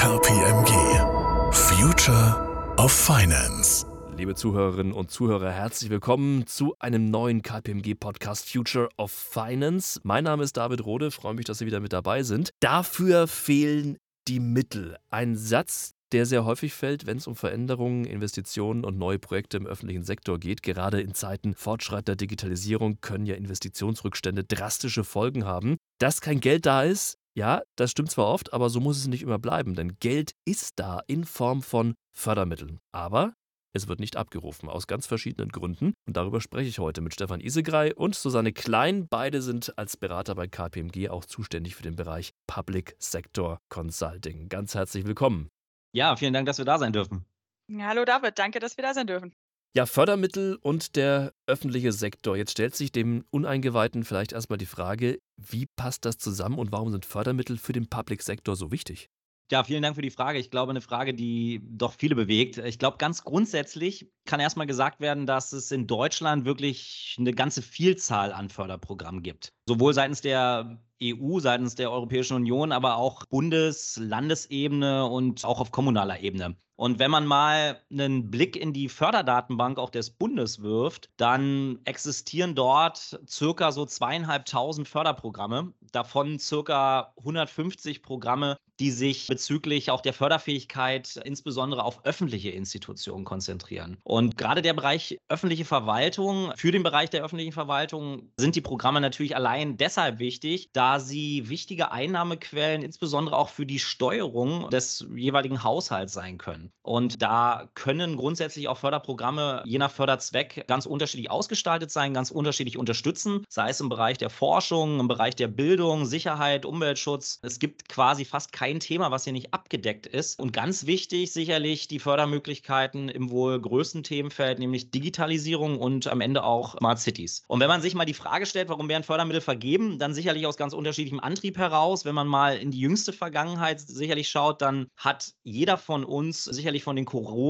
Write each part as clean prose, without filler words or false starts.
KPMG Future of Finance. Liebe Zuhörerinnen und Zuhörer, herzlich willkommen zu einem neuen KPMG-Podcast Future of Finance. Mein Name ist David Rode, freue mich, dass Sie wieder mit dabei sind. Dafür fehlen die Mittel. Ein Satz, der sehr häufig fällt, wenn es um Veränderungen, Investitionen und neue Projekte im öffentlichen Sektor geht. Gerade in Zeiten fortschreitender Digitalisierung können ja Investitionsrückstände drastische Folgen haben. Dass kein Geld da ist, ja, das stimmt zwar oft, aber so muss es nicht immer bleiben, denn Geld ist da in Form von Fördermitteln. Aber es wird nicht abgerufen, aus ganz verschiedenen Gründen. Und darüber spreche ich heute mit Stefan Isegray und Susanne Klein. Beide sind als Berater bei KPMG auch zuständig für den Bereich Public Sector Consulting. Ganz herzlich willkommen. Ja, vielen Dank, dass wir da sein dürfen. Ja, hallo David, danke, dass wir da sein dürfen. Ja, Fördermittel und der öffentliche Sektor. Jetzt stellt sich dem Uneingeweihten vielleicht erstmal die Frage, wie passt das zusammen und warum sind Fördermittel für den Public Sector so wichtig? Ja, vielen Dank für die Frage. Ich glaube, eine Frage, die doch viele bewegt. Ich glaube, ganz grundsätzlich kann erstmal gesagt werden, dass es in Deutschland wirklich eine ganze Vielzahl an Förderprogrammen gibt. Sowohl seitens der EU, seitens der Europäischen Union, aber auch Bundes-, Landesebene und auch auf kommunaler Ebene. Und wenn man mal einen Blick in die Förderdatenbank auch des Bundes wirft, dann existieren dort circa so 2.500 Förderprogramme, davon circa 150 Programme, die sich bezüglich auch der Förderfähigkeit insbesondere auf öffentliche Institutionen konzentrieren. Und gerade der Bereich öffentliche Verwaltung, für den Bereich der öffentlichen Verwaltung sind die Programme natürlich allein deshalb wichtig, da sie wichtige Einnahmequellen insbesondere auch für die Steuerung des jeweiligen Haushalts sein können. Und da können grundsätzlich auch Förderprogramme je nach Förderzweck ganz unterschiedlich ausgestaltet sein, ganz unterschiedlich unterstützen, sei es im Bereich der Forschung, im Bereich der Bildung, Sicherheit, Umweltschutz. Es gibt quasi fast kein Thema, was hier nicht abgedeckt ist. Und ganz wichtig sicherlich die Fördermöglichkeiten im wohl größten Themenfeld, nämlich Digitalisierung und am Ende auch Smart Cities. Und wenn man sich mal die Frage stellt, warum werden Fördermittel vergeben, dann sicherlich aus ganz unterschiedlichem Antrieb heraus. Wenn man mal in die jüngste Vergangenheit sicherlich schaut, dann hat jeder von uns sicherlich von den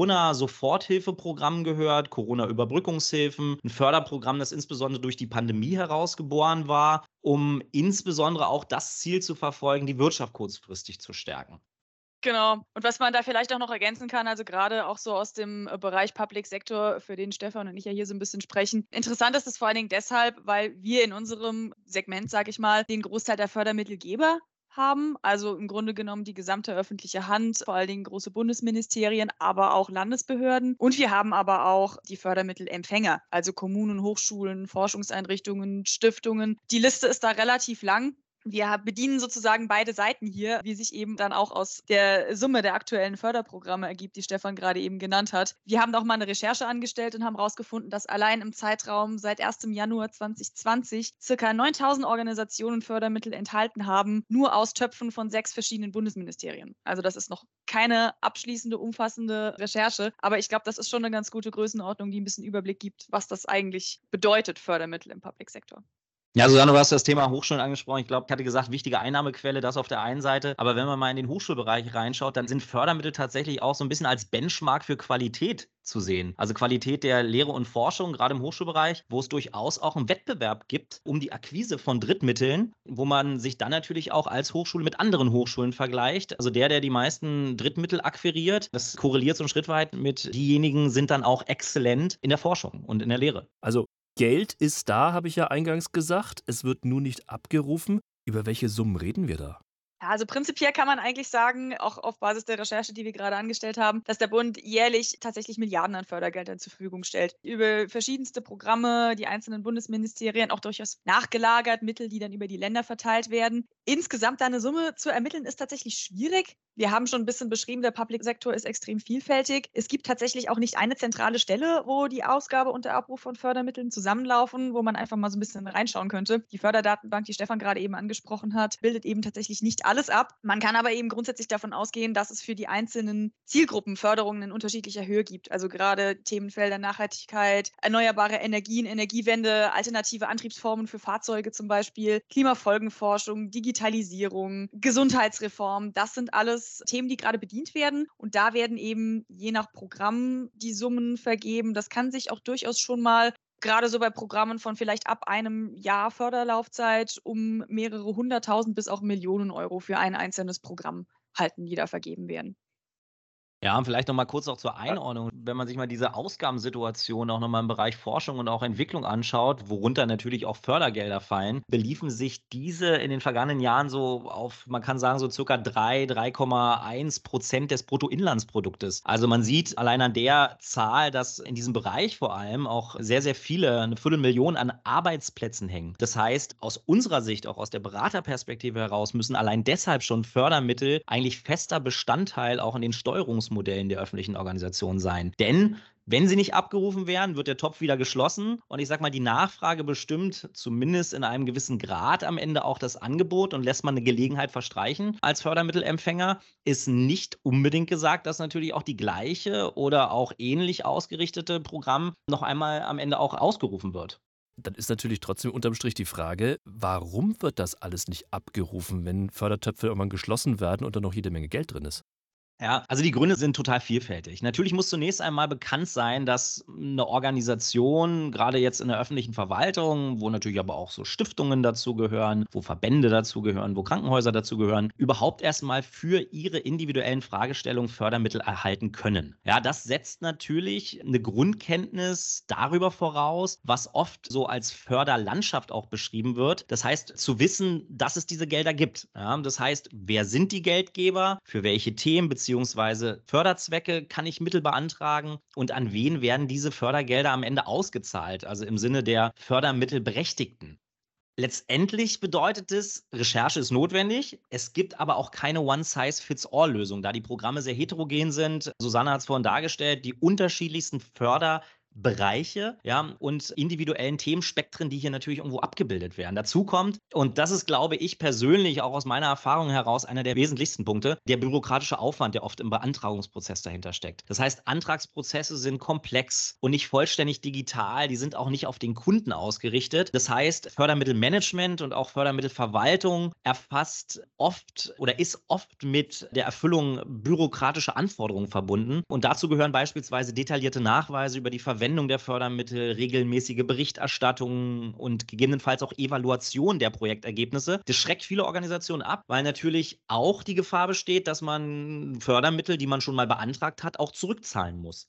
Corona-Soforthilfeprogrammen gehört, Corona-Überbrückungshilfen, ein Förderprogramm, das insbesondere durch die Pandemie herausgeboren war, um insbesondere auch das Ziel zu verfolgen, die Wirtschaft kurzfristig zu stärken. Genau. Und was man da vielleicht auch noch ergänzen kann, also gerade auch so aus dem Bereich Public Sector, für den Stefan und ich ja hier so ein bisschen sprechen. Interessant ist es vor allen Dingen deshalb, weil wir in unserem Segment, sage ich mal, den Großteil der Fördermittelgeber haben, also im Grunde genommen die gesamte öffentliche Hand, vor allen Dingen große Bundesministerien, aber auch Landesbehörden. Und wir haben aber auch die Fördermittelempfänger, also Kommunen, Hochschulen, Forschungseinrichtungen, Stiftungen. Die Liste ist da relativ lang. Wir bedienen sozusagen beide Seiten hier, wie sich eben dann auch aus der Summe der aktuellen Förderprogramme ergibt, die Stefan gerade eben genannt hat. Wir haben auch mal eine Recherche angestellt und haben herausgefunden, dass allein im Zeitraum seit 1. Januar 2020 ca. 9.000 Organisationen Fördermittel enthalten haben, nur aus Töpfen von 6 verschiedenen Bundesministerien. Also das ist noch keine abschließende, umfassende Recherche, aber ich glaube, das ist schon eine ganz gute Größenordnung, die ein bisschen Überblick gibt, was das eigentlich bedeutet, Fördermittel im Public Sector. Ja, Susanne, du hast das Thema Hochschulen angesprochen. Ich glaube, ich hatte gesagt, wichtige Einnahmequelle, das auf der einen Seite. Aber wenn man mal in den Hochschulbereich reinschaut, dann sind Fördermittel tatsächlich auch so ein bisschen als Benchmark für Qualität zu sehen. Also Qualität der Lehre und Forschung, gerade im Hochschulbereich, wo es durchaus auch einen Wettbewerb gibt um die Akquise von Drittmitteln, wo man sich dann natürlich auch als Hochschule mit anderen Hochschulen vergleicht. Also der die meisten Drittmittel akquiriert, das korreliert so ein Schritt weit mit diejenigen, sind dann auch exzellent in der Forschung und in der Lehre. Also Geld ist da, habe ich ja eingangs gesagt. Es wird nur nicht abgerufen. Über welche Summen reden wir da? Ja, also prinzipiell kann man eigentlich sagen, auch auf Basis der Recherche, die wir gerade angestellt haben, dass der Bund jährlich tatsächlich Milliarden an Fördergeldern zur Verfügung stellt. Über verschiedenste Programme, die einzelnen Bundesministerien, auch durchaus nachgelagert, Mittel, die dann über die Länder verteilt werden. Insgesamt eine Summe zu ermitteln, ist tatsächlich schwierig. Wir haben schon ein bisschen beschrieben, der Public Sektor ist extrem vielfältig. Es gibt tatsächlich auch nicht eine zentrale Stelle, wo die Ausgabe und der Abruf von Fördermitteln zusammenlaufen, wo man einfach mal so ein bisschen reinschauen könnte. Die Förderdatenbank, die Stefan gerade eben angesprochen hat, bildet eben tatsächlich nicht alles ab. Man kann aber eben grundsätzlich davon ausgehen, dass es für die einzelnen Zielgruppen Förderungen in unterschiedlicher Höhe gibt. Also gerade Themenfelder Nachhaltigkeit, erneuerbare Energien, Energiewende, alternative Antriebsformen für Fahrzeuge zum Beispiel, Klimafolgenforschung, Digitalisierung, Gesundheitsreform. Das sind alles Themen, die gerade bedient werden. Und da werden eben je nach Programm die Summen vergeben. Das kann sich auch durchaus schon mal gerade so bei Programmen von vielleicht ab einem Jahr Förderlaufzeit um mehrere 100.000 bis auch Millionen Euro für ein einzelnes Programm halten, die da vergeben werden. Ja, und vielleicht noch mal kurz auch zur Einordnung. Wenn man sich mal diese Ausgabensituation auch noch mal im Bereich Forschung und auch Entwicklung anschaut, worunter natürlich auch Fördergelder fallen, beliefen sich diese in den vergangenen Jahren so auf, man kann sagen, so circa 3,1% des Bruttoinlandsproduktes. Also man sieht allein an der Zahl, dass in diesem Bereich vor allem auch sehr, sehr viele, eine Viertelmillion an Arbeitsplätzen hängen. Das heißt, aus unserer Sicht, auch aus der Beraterperspektive heraus, müssen allein deshalb schon Fördermittel eigentlich fester Bestandteil auch in den Steuerungsmodellen der öffentlichen Organisation sein. Denn wenn sie nicht abgerufen werden, wird der Topf wieder geschlossen. Und ich sage mal, die Nachfrage bestimmt zumindest in einem gewissen Grad am Ende auch das Angebot und lässt man eine Gelegenheit verstreichen als Fördermittelempfänger, ist nicht unbedingt gesagt, dass natürlich auch die gleiche oder auch ähnlich ausgerichtete Programm noch einmal am Ende auch ausgerufen wird. Dann ist natürlich trotzdem unterm Strich die Frage, warum wird das alles nicht abgerufen, wenn Fördertöpfe irgendwann geschlossen werden und da noch jede Menge Geld drin ist? Ja, also die Gründe sind total vielfältig. Natürlich muss zunächst einmal bekannt sein, dass eine Organisation, gerade jetzt in der öffentlichen Verwaltung, wo natürlich aber auch so Stiftungen dazugehören, wo Verbände dazugehören, wo Krankenhäuser dazugehören, überhaupt erstmal für ihre individuellen Fragestellungen Fördermittel erhalten können. Ja, das setzt natürlich eine Grundkenntnis darüber voraus, was oft so als Förderlandschaft auch beschrieben wird. Das heißt, zu wissen, dass es diese Gelder gibt. Ja, das heißt, wer sind die Geldgeber, für welche Themen beziehungsweise Förderzwecke kann ich Mittel beantragen und an wen werden diese Fördergelder am Ende ausgezahlt, also im Sinne der Fördermittelberechtigten. Letztendlich bedeutet es, Recherche ist notwendig. Es gibt aber auch keine One-Size-Fits-All-Lösung, da die Programme sehr heterogen sind. Susanne hat es vorhin dargestellt, die unterschiedlichsten Förderbereiche, ja, und individuellen Themenspektren, die hier natürlich irgendwo abgebildet werden. Dazu kommt, und das ist, glaube ich, persönlich auch aus meiner Erfahrung heraus einer der wesentlichsten Punkte, der bürokratische Aufwand, der oft im Beantragungsprozess dahinter steckt. Das heißt, Antragsprozesse sind komplex und nicht vollständig digital, die sind auch nicht auf den Kunden ausgerichtet. Das heißt, Fördermittelmanagement und auch Fördermittelverwaltung erfasst oft oder ist oft mit der Erfüllung bürokratischer Anforderungen verbunden. Und dazu gehören beispielsweise detaillierte Nachweise über die Verwendung der Fördermittel, regelmäßige Berichterstattungen und gegebenenfalls auch Evaluation der Projektergebnisse. Das schreckt viele Organisationen ab, weil natürlich auch die Gefahr besteht, dass man Fördermittel, die man schon mal beantragt hat, auch zurückzahlen muss.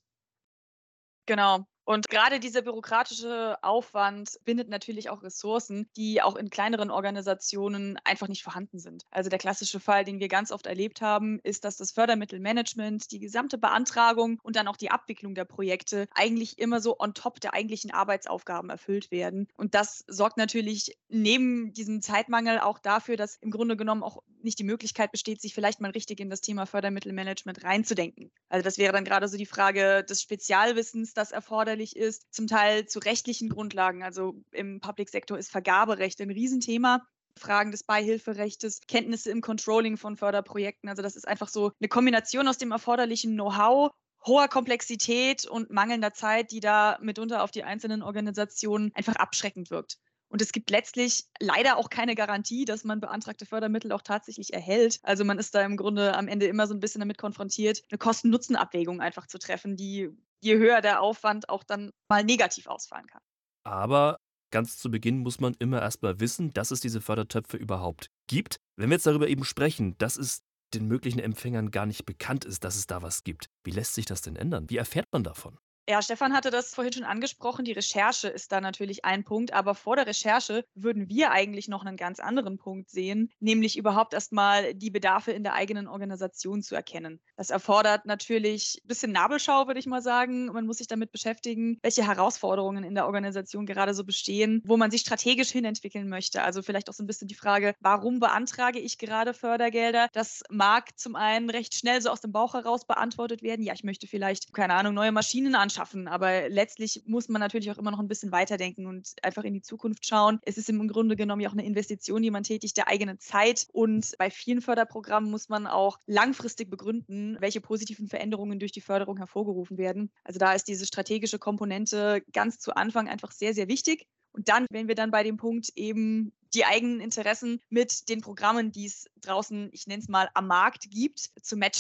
Genau. Und gerade dieser bürokratische Aufwand bindet natürlich auch Ressourcen, die auch in kleineren Organisationen einfach nicht vorhanden sind. Also der klassische Fall, den wir ganz oft erlebt haben, ist, dass das Fördermittelmanagement, die gesamte Beantragung und dann auch die Abwicklung der Projekte eigentlich immer so on top der eigentlichen Arbeitsaufgaben erfüllt werden. Und das sorgt natürlich neben diesem Zeitmangel auch dafür, dass im Grunde genommen auch nicht die Möglichkeit besteht, sich vielleicht mal richtig in das Thema Fördermittelmanagement reinzudenken. Also das wäre dann gerade so die Frage des Spezialwissens, das erforderlich ist, zum Teil zu rechtlichen Grundlagen. Also im Public-Sektor ist Vergaberecht ein Riesenthema. Fragen des Beihilferechtes, Kenntnisse im Controlling von Förderprojekten. Also das ist einfach so eine Kombination aus dem erforderlichen Know-how, hoher Komplexität und mangelnder Zeit, die da mitunter auf die einzelnen Organisationen einfach abschreckend wirkt. Und es gibt letztlich leider auch keine Garantie, dass man beantragte Fördermittel auch tatsächlich erhält. Also man ist da im Grunde am Ende immer so ein bisschen damit konfrontiert, eine Kosten-Nutzen-Abwägung einfach zu treffen, die, je höher der Aufwand, auch dann mal negativ ausfallen kann. Aber ganz zu Beginn muss man immer erstmal wissen, dass es diese Fördertöpfe überhaupt gibt. Wenn wir jetzt darüber eben sprechen, dass es den möglichen Empfängern gar nicht bekannt ist, dass es da was gibt, wie lässt sich das denn ändern? Wie erfährt man davon? Ja, Stefan hatte das vorhin schon angesprochen. Die Recherche ist da natürlich ein Punkt, aber vor der Recherche würden wir eigentlich noch einen ganz anderen Punkt sehen, nämlich überhaupt erstmal die Bedarfe in der eigenen Organisation zu erkennen. Das erfordert natürlich ein bisschen Nabelschau, würde ich mal sagen. Man muss sich damit beschäftigen, welche Herausforderungen in der Organisation gerade so bestehen, wo man sich strategisch hinentwickeln möchte. Also vielleicht auch so ein bisschen die Frage, warum beantrage ich gerade Fördergelder? Das mag zum einen recht schnell so aus dem Bauch heraus beantwortet werden. Ja, ich möchte vielleicht, keine Ahnung, neue Maschinen anschaffen. Aber letztlich muss man natürlich auch immer noch ein bisschen weiterdenken und einfach in die Zukunft schauen. Es ist im Grunde genommen ja auch eine Investition, die man tätigt, der eigenen Zeit. Und bei vielen Förderprogrammen muss man auch langfristig begründen, welche positiven Veränderungen durch die Förderung hervorgerufen werden. Also da ist diese strategische Komponente ganz zu Anfang einfach sehr, sehr wichtig. Und dann, wenn wir dann bei dem Punkt eben die eigenen Interessen mit den Programmen, die es draußen, ich nenne es mal, am Markt gibt, zu matchen.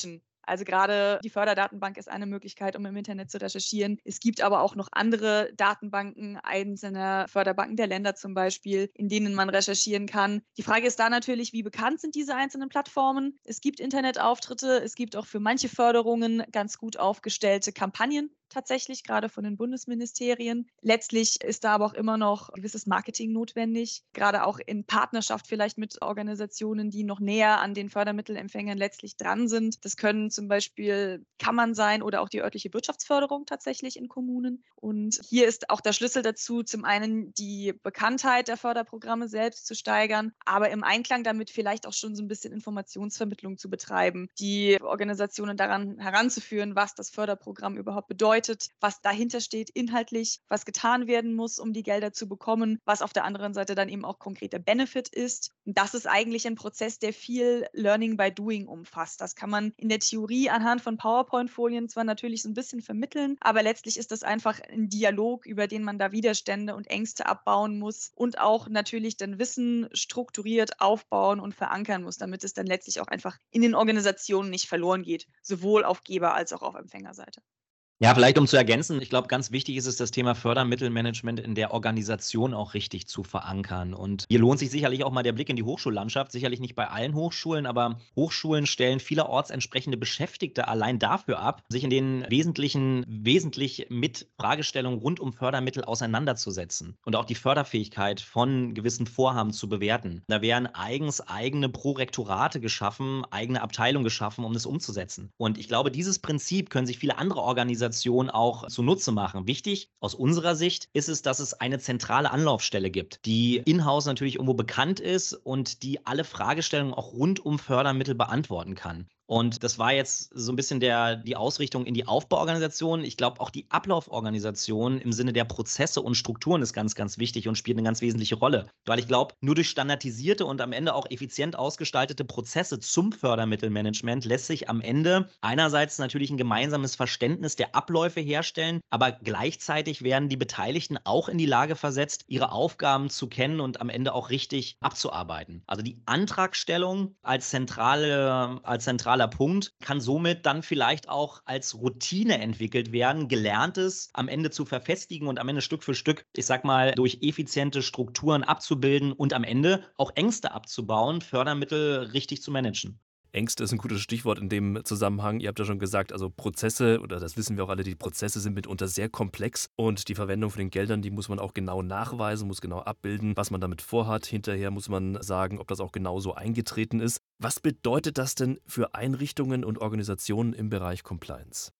Also gerade die Förderdatenbank ist eine Möglichkeit, um im Internet zu recherchieren. Es gibt aber auch noch andere Datenbanken, einzelne Förderbanken der Länder zum Beispiel, in denen man recherchieren kann. Die Frage ist da natürlich, wie bekannt sind diese einzelnen Plattformen? Es gibt Internetauftritte, es gibt auch für manche Förderungen ganz gut aufgestellte Kampagnen tatsächlich, gerade von den Bundesministerien. Letztlich ist da aber auch immer noch gewisses Marketing notwendig, gerade auch in Partnerschaft vielleicht mit Organisationen, die noch näher an den Fördermittelempfängern letztlich dran sind. Das können zum Beispiel Kammern sein oder auch die örtliche Wirtschaftsförderung tatsächlich in Kommunen. Und hier ist auch der Schlüssel dazu, zum einen die Bekanntheit der Förderprogramme selbst zu steigern, aber im Einklang damit vielleicht auch schon so ein bisschen Informationsvermittlung zu betreiben, die Organisationen daran heranzuführen, was das Förderprogramm überhaupt bedeutet, was dahinter steht inhaltlich, was getan werden muss, um die Gelder zu bekommen, was auf der anderen Seite dann eben auch konkreter Benefit ist. Und das ist eigentlich ein Prozess, der viel Learning by Doing umfasst. Das kann man in der Theorie anhand von PowerPoint-Folien zwar natürlich so ein bisschen vermitteln, aber letztlich ist das einfach ein Dialog, über den man da Widerstände und Ängste abbauen muss und auch natürlich dann Wissen strukturiert aufbauen und verankern muss, damit es dann letztlich auch einfach in den Organisationen nicht verloren geht, sowohl auf Geber- als auch auf Empfängerseite. Ja, vielleicht um zu ergänzen, ich glaube, ganz wichtig ist es, das Thema Fördermittelmanagement in der Organisation auch richtig zu verankern. Und hier lohnt sich sicherlich auch mal der Blick in die Hochschullandschaft. Sicherlich nicht bei allen Hochschulen, aber Hochschulen stellen vielerorts entsprechende Beschäftigte allein dafür ab, sich in den wesentlich mit Fragestellungen rund um Fördermittel auseinanderzusetzen und auch die Förderfähigkeit von gewissen Vorhaben zu bewerten. Da werden eigens eigene Prorektorate geschaffen, eigene Abteilungen geschaffen, um das umzusetzen. Und ich glaube, dieses Prinzip können sich viele andere Organisationen auch zunutze machen. Wichtig aus unserer Sicht ist es, dass es eine zentrale Anlaufstelle gibt, die in-house natürlich irgendwo bekannt ist und die alle Fragestellungen auch rund um Fördermittel beantworten kann. Und das war jetzt so ein bisschen die Ausrichtung in die Aufbauorganisation. Ich glaube, auch die Ablauforganisation im Sinne der Prozesse und Strukturen ist ganz, ganz wichtig und spielt eine ganz wesentliche Rolle. Weil ich glaube, nur durch standardisierte und am Ende auch effizient ausgestaltete Prozesse zum Fördermittelmanagement lässt sich am Ende einerseits natürlich ein gemeinsames Verständnis der Abläufe herstellen, aber gleichzeitig werden die Beteiligten auch in die Lage versetzt, ihre Aufgaben zu kennen und am Ende auch richtig abzuarbeiten. Also die Antragstellung als zentraler Punkt kann somit dann vielleicht auch als Routine entwickelt werden, Gelerntes am Ende zu verfestigen und am Ende Stück für Stück, ich sag mal, durch effiziente Strukturen abzubilden und am Ende auch Ängste abzubauen, Fördermittel richtig zu managen. Ängste ist ein gutes Stichwort in dem Zusammenhang. Ihr habt ja schon gesagt, also Prozesse, oder das wissen wir auch alle, die Prozesse sind mitunter sehr komplex und die Verwendung von den Geldern, die muss man auch genau nachweisen, muss genau abbilden, was man damit vorhat. Hinterher muss man sagen, ob das auch genauso eingetreten ist. Was bedeutet das denn für Einrichtungen und Organisationen im Bereich Compliance?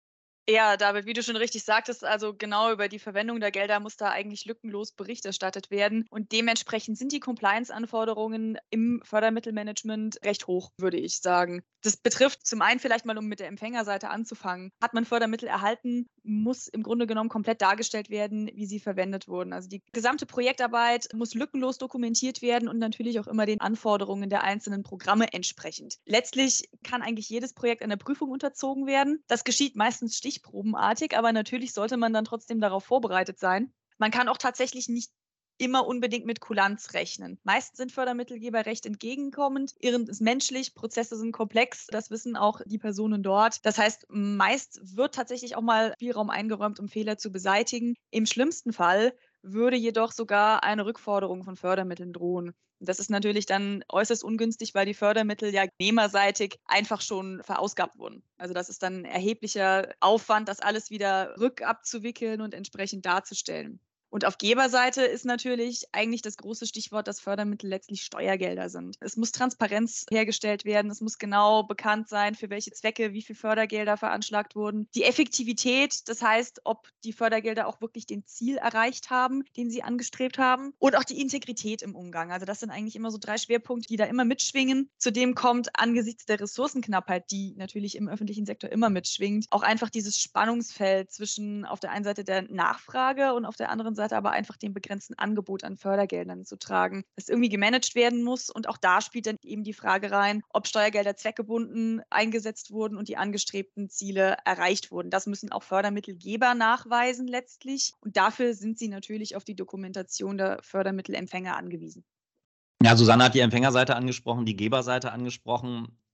Ja, David, wie du schon richtig sagtest, also genau über die Verwendung der Gelder muss da eigentlich lückenlos Bericht erstattet werden. Und dementsprechend sind die Compliance-Anforderungen im Fördermittelmanagement recht hoch, würde ich sagen. Das betrifft zum einen vielleicht mal, um mit der Empfängerseite anzufangen. Hat man Fördermittel erhalten, muss im Grunde genommen komplett dargestellt werden, wie sie verwendet wurden. Also die gesamte Projektarbeit muss lückenlos dokumentiert werden und natürlich auch immer den Anforderungen der einzelnen Programme entsprechend. Letztlich kann eigentlich jedes Projekt einer Prüfung unterzogen werden. Das geschieht meistens stichprobenartig, aber natürlich sollte man dann trotzdem darauf vorbereitet sein. Man kann auch tatsächlich nicht immer unbedingt mit Kulanz rechnen. Meist sind Fördermittelgeber recht entgegenkommend. Irren ist menschlich, Prozesse sind komplex, das wissen auch die Personen dort. Das heißt, meist wird tatsächlich auch mal Spielraum eingeräumt, um Fehler zu beseitigen. Im schlimmsten Fall würde jedoch sogar eine Rückforderung von Fördermitteln drohen. Das ist natürlich dann äußerst ungünstig, weil die Fördermittel ja nehmerseitig einfach schon verausgabt wurden. Also das ist dann ein erheblicher Aufwand, das alles wieder rückabzuwickeln und entsprechend darzustellen. Und auf Geberseite ist natürlich eigentlich das große Stichwort, dass Fördermittel letztlich Steuergelder sind. Es muss Transparenz hergestellt werden, es muss genau bekannt sein, für welche Zwecke wie viel Fördergelder veranschlagt wurden. Die Effektivität, das heißt, ob die Fördergelder auch wirklich den Ziel erreicht haben, den sie angestrebt haben. Und auch die Integrität im Umgang. Also das sind eigentlich immer so 3 Schwerpunkte, die da immer mitschwingen. Zudem kommt angesichts der Ressourcenknappheit, die natürlich im öffentlichen Sektor immer mitschwingt, auch einfach dieses Spannungsfeld zwischen auf der einen Seite der Nachfrage und auf der anderen Seite aber einfach dem begrenzten Angebot an Fördergeldern zu tragen, das irgendwie gemanagt werden muss. Und auch da spielt dann eben die Frage rein, ob Steuergelder zweckgebunden eingesetzt wurden und die angestrebten Ziele erreicht wurden. Das müssen auch Fördermittelgeber nachweisen letztlich. Und dafür sind sie natürlich auf die Dokumentation der Fördermittelempfänger angewiesen. Ja, Susanne hat die Empfängerseite angesprochen, die Geberseite angesprochen.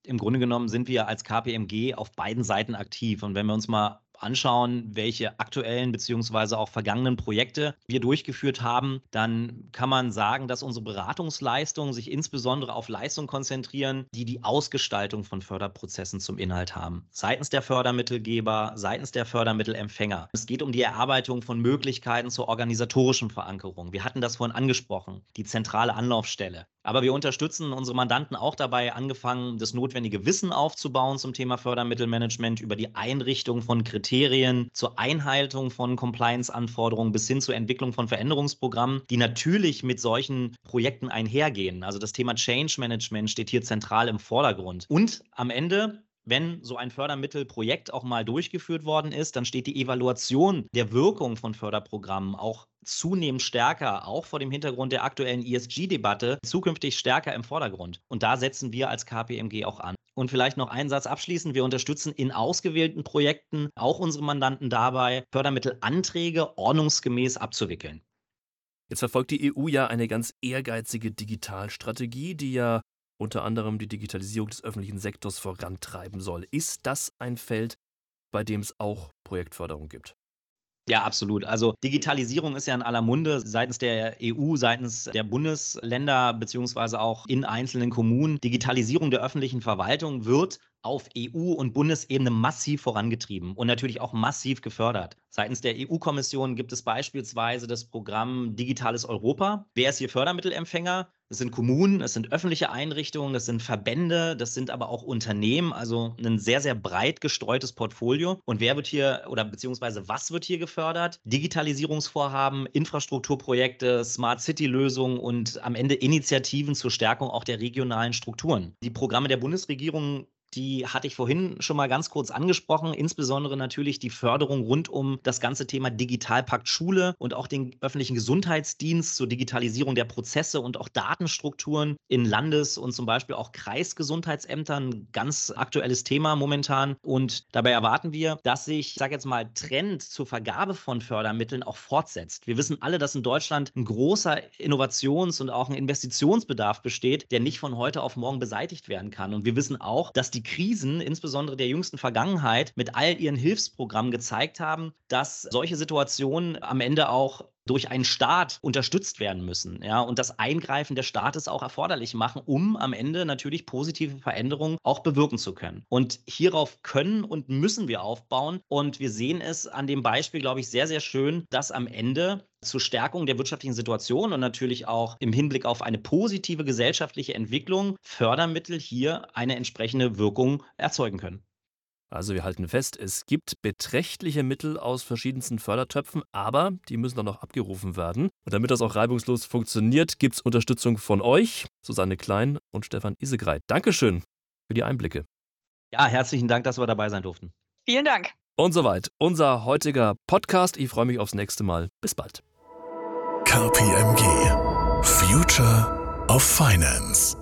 Im Grunde genommen sind wir als KPMG auf beiden Seiten aktiv. Und wenn wir uns mal anschauen, welche aktuellen bzw. auch vergangenen Projekte wir durchgeführt haben, dann kann man sagen, dass unsere Beratungsleistungen sich insbesondere auf Leistungen konzentrieren, die die Ausgestaltung von Förderprozessen zum Inhalt haben. Seitens der Fördermittelgeber, seitens der Fördermittelempfänger. Es geht um die Erarbeitung von Möglichkeiten zur organisatorischen Verankerung. Wir hatten das vorhin angesprochen, die zentrale Anlaufstelle. Aber wir unterstützen unsere Mandanten auch dabei, angefangen, das notwendige Wissen aufzubauen zum Thema Fördermittelmanagement über die Einrichtung von Kriterien zur Einhaltung von Compliance-Anforderungen bis hin zur Entwicklung von Veränderungsprogrammen, die natürlich mit solchen Projekten einhergehen. Also das Thema Change Management steht hier zentral im Vordergrund. Und am Ende, wenn so ein Fördermittelprojekt auch mal durchgeführt worden ist, dann steht die Evaluation der Wirkung von Förderprogrammen auch zunehmend stärker, auch vor dem Hintergrund der aktuellen ESG-Debatte, zukünftig stärker im Vordergrund. Und da setzen wir als KPMG auch an. Und vielleicht noch einen Satz abschließend. Wir unterstützen in ausgewählten Projekten auch unsere Mandanten dabei, Fördermittelanträge ordnungsgemäß abzuwickeln. Jetzt verfolgt die EU ja eine ganz ehrgeizige Digitalstrategie, die ja unter anderem die Digitalisierung des öffentlichen Sektors vorantreiben soll. Ist das ein Feld, bei dem es auch Projektförderung gibt? Ja, absolut. Also Digitalisierung ist ja in aller Munde seitens der EU, seitens der Bundesländer beziehungsweise auch in einzelnen Kommunen. Digitalisierung der öffentlichen Verwaltung wird auf EU- und Bundesebene massiv vorangetrieben und natürlich auch massiv gefördert. Seitens der EU-Kommission gibt es beispielsweise das Programm Digitales Europa. Wer ist hier Fördermittelempfänger? Das sind Kommunen, das sind öffentliche Einrichtungen, das sind Verbände, das sind aber auch Unternehmen, also ein sehr, sehr breit gestreutes Portfolio. Und wer wird hier oder beziehungsweise was wird hier gefördert? Digitalisierungsvorhaben, Infrastrukturprojekte, Smart City-Lösungen und am Ende Initiativen zur Stärkung auch der regionalen Strukturen. Die Programme der Bundesregierung, die hatte ich vorhin schon mal ganz kurz angesprochen, insbesondere natürlich die Förderung rund um das ganze Thema Digitalpakt Schule und auch den öffentlichen Gesundheitsdienst zur Digitalisierung der Prozesse und auch Datenstrukturen in Landes- und zum Beispiel auch Kreisgesundheitsämtern. Ganz aktuelles Thema momentan. Und dabei erwarten wir, dass sich, ich sage jetzt mal, Trend zur Vergabe von Fördermitteln auch fortsetzt. Wir wissen alle, dass in Deutschland ein großer Innovations- und auch ein Investitionsbedarf besteht, der nicht von heute auf morgen beseitigt werden kann. Und wir wissen auch, dass die Krisen, insbesondere der jüngsten Vergangenheit, mit all ihren Hilfsprogrammen gezeigt haben, dass solche Situationen am Ende auch durch einen Staat unterstützt werden müssen, ja, und das Eingreifen des Staates auch erforderlich machen, um am Ende natürlich positive Veränderungen auch bewirken zu können. Und hierauf können und müssen wir aufbauen. Und wir sehen es an dem Beispiel, glaube ich, sehr, sehr schön, dass am Ende zur Stärkung der wirtschaftlichen Situation und natürlich auch im Hinblick auf eine positive gesellschaftliche Entwicklung Fördermittel hier eine entsprechende Wirkung erzeugen können. Also wir halten fest, es gibt beträchtliche Mittel aus verschiedensten Fördertöpfen, aber die müssen dann noch abgerufen werden. Und damit das auch reibungslos funktioniert, gibt es Unterstützung von euch, Susanne Klein und Stefan Isegreit. Dankeschön für die Einblicke. Ja, herzlichen Dank, dass wir dabei sein durften. Vielen Dank. Und soweit unser heutiger Podcast. Ich freue mich aufs nächste Mal. Bis bald. KPMG Future of Finance.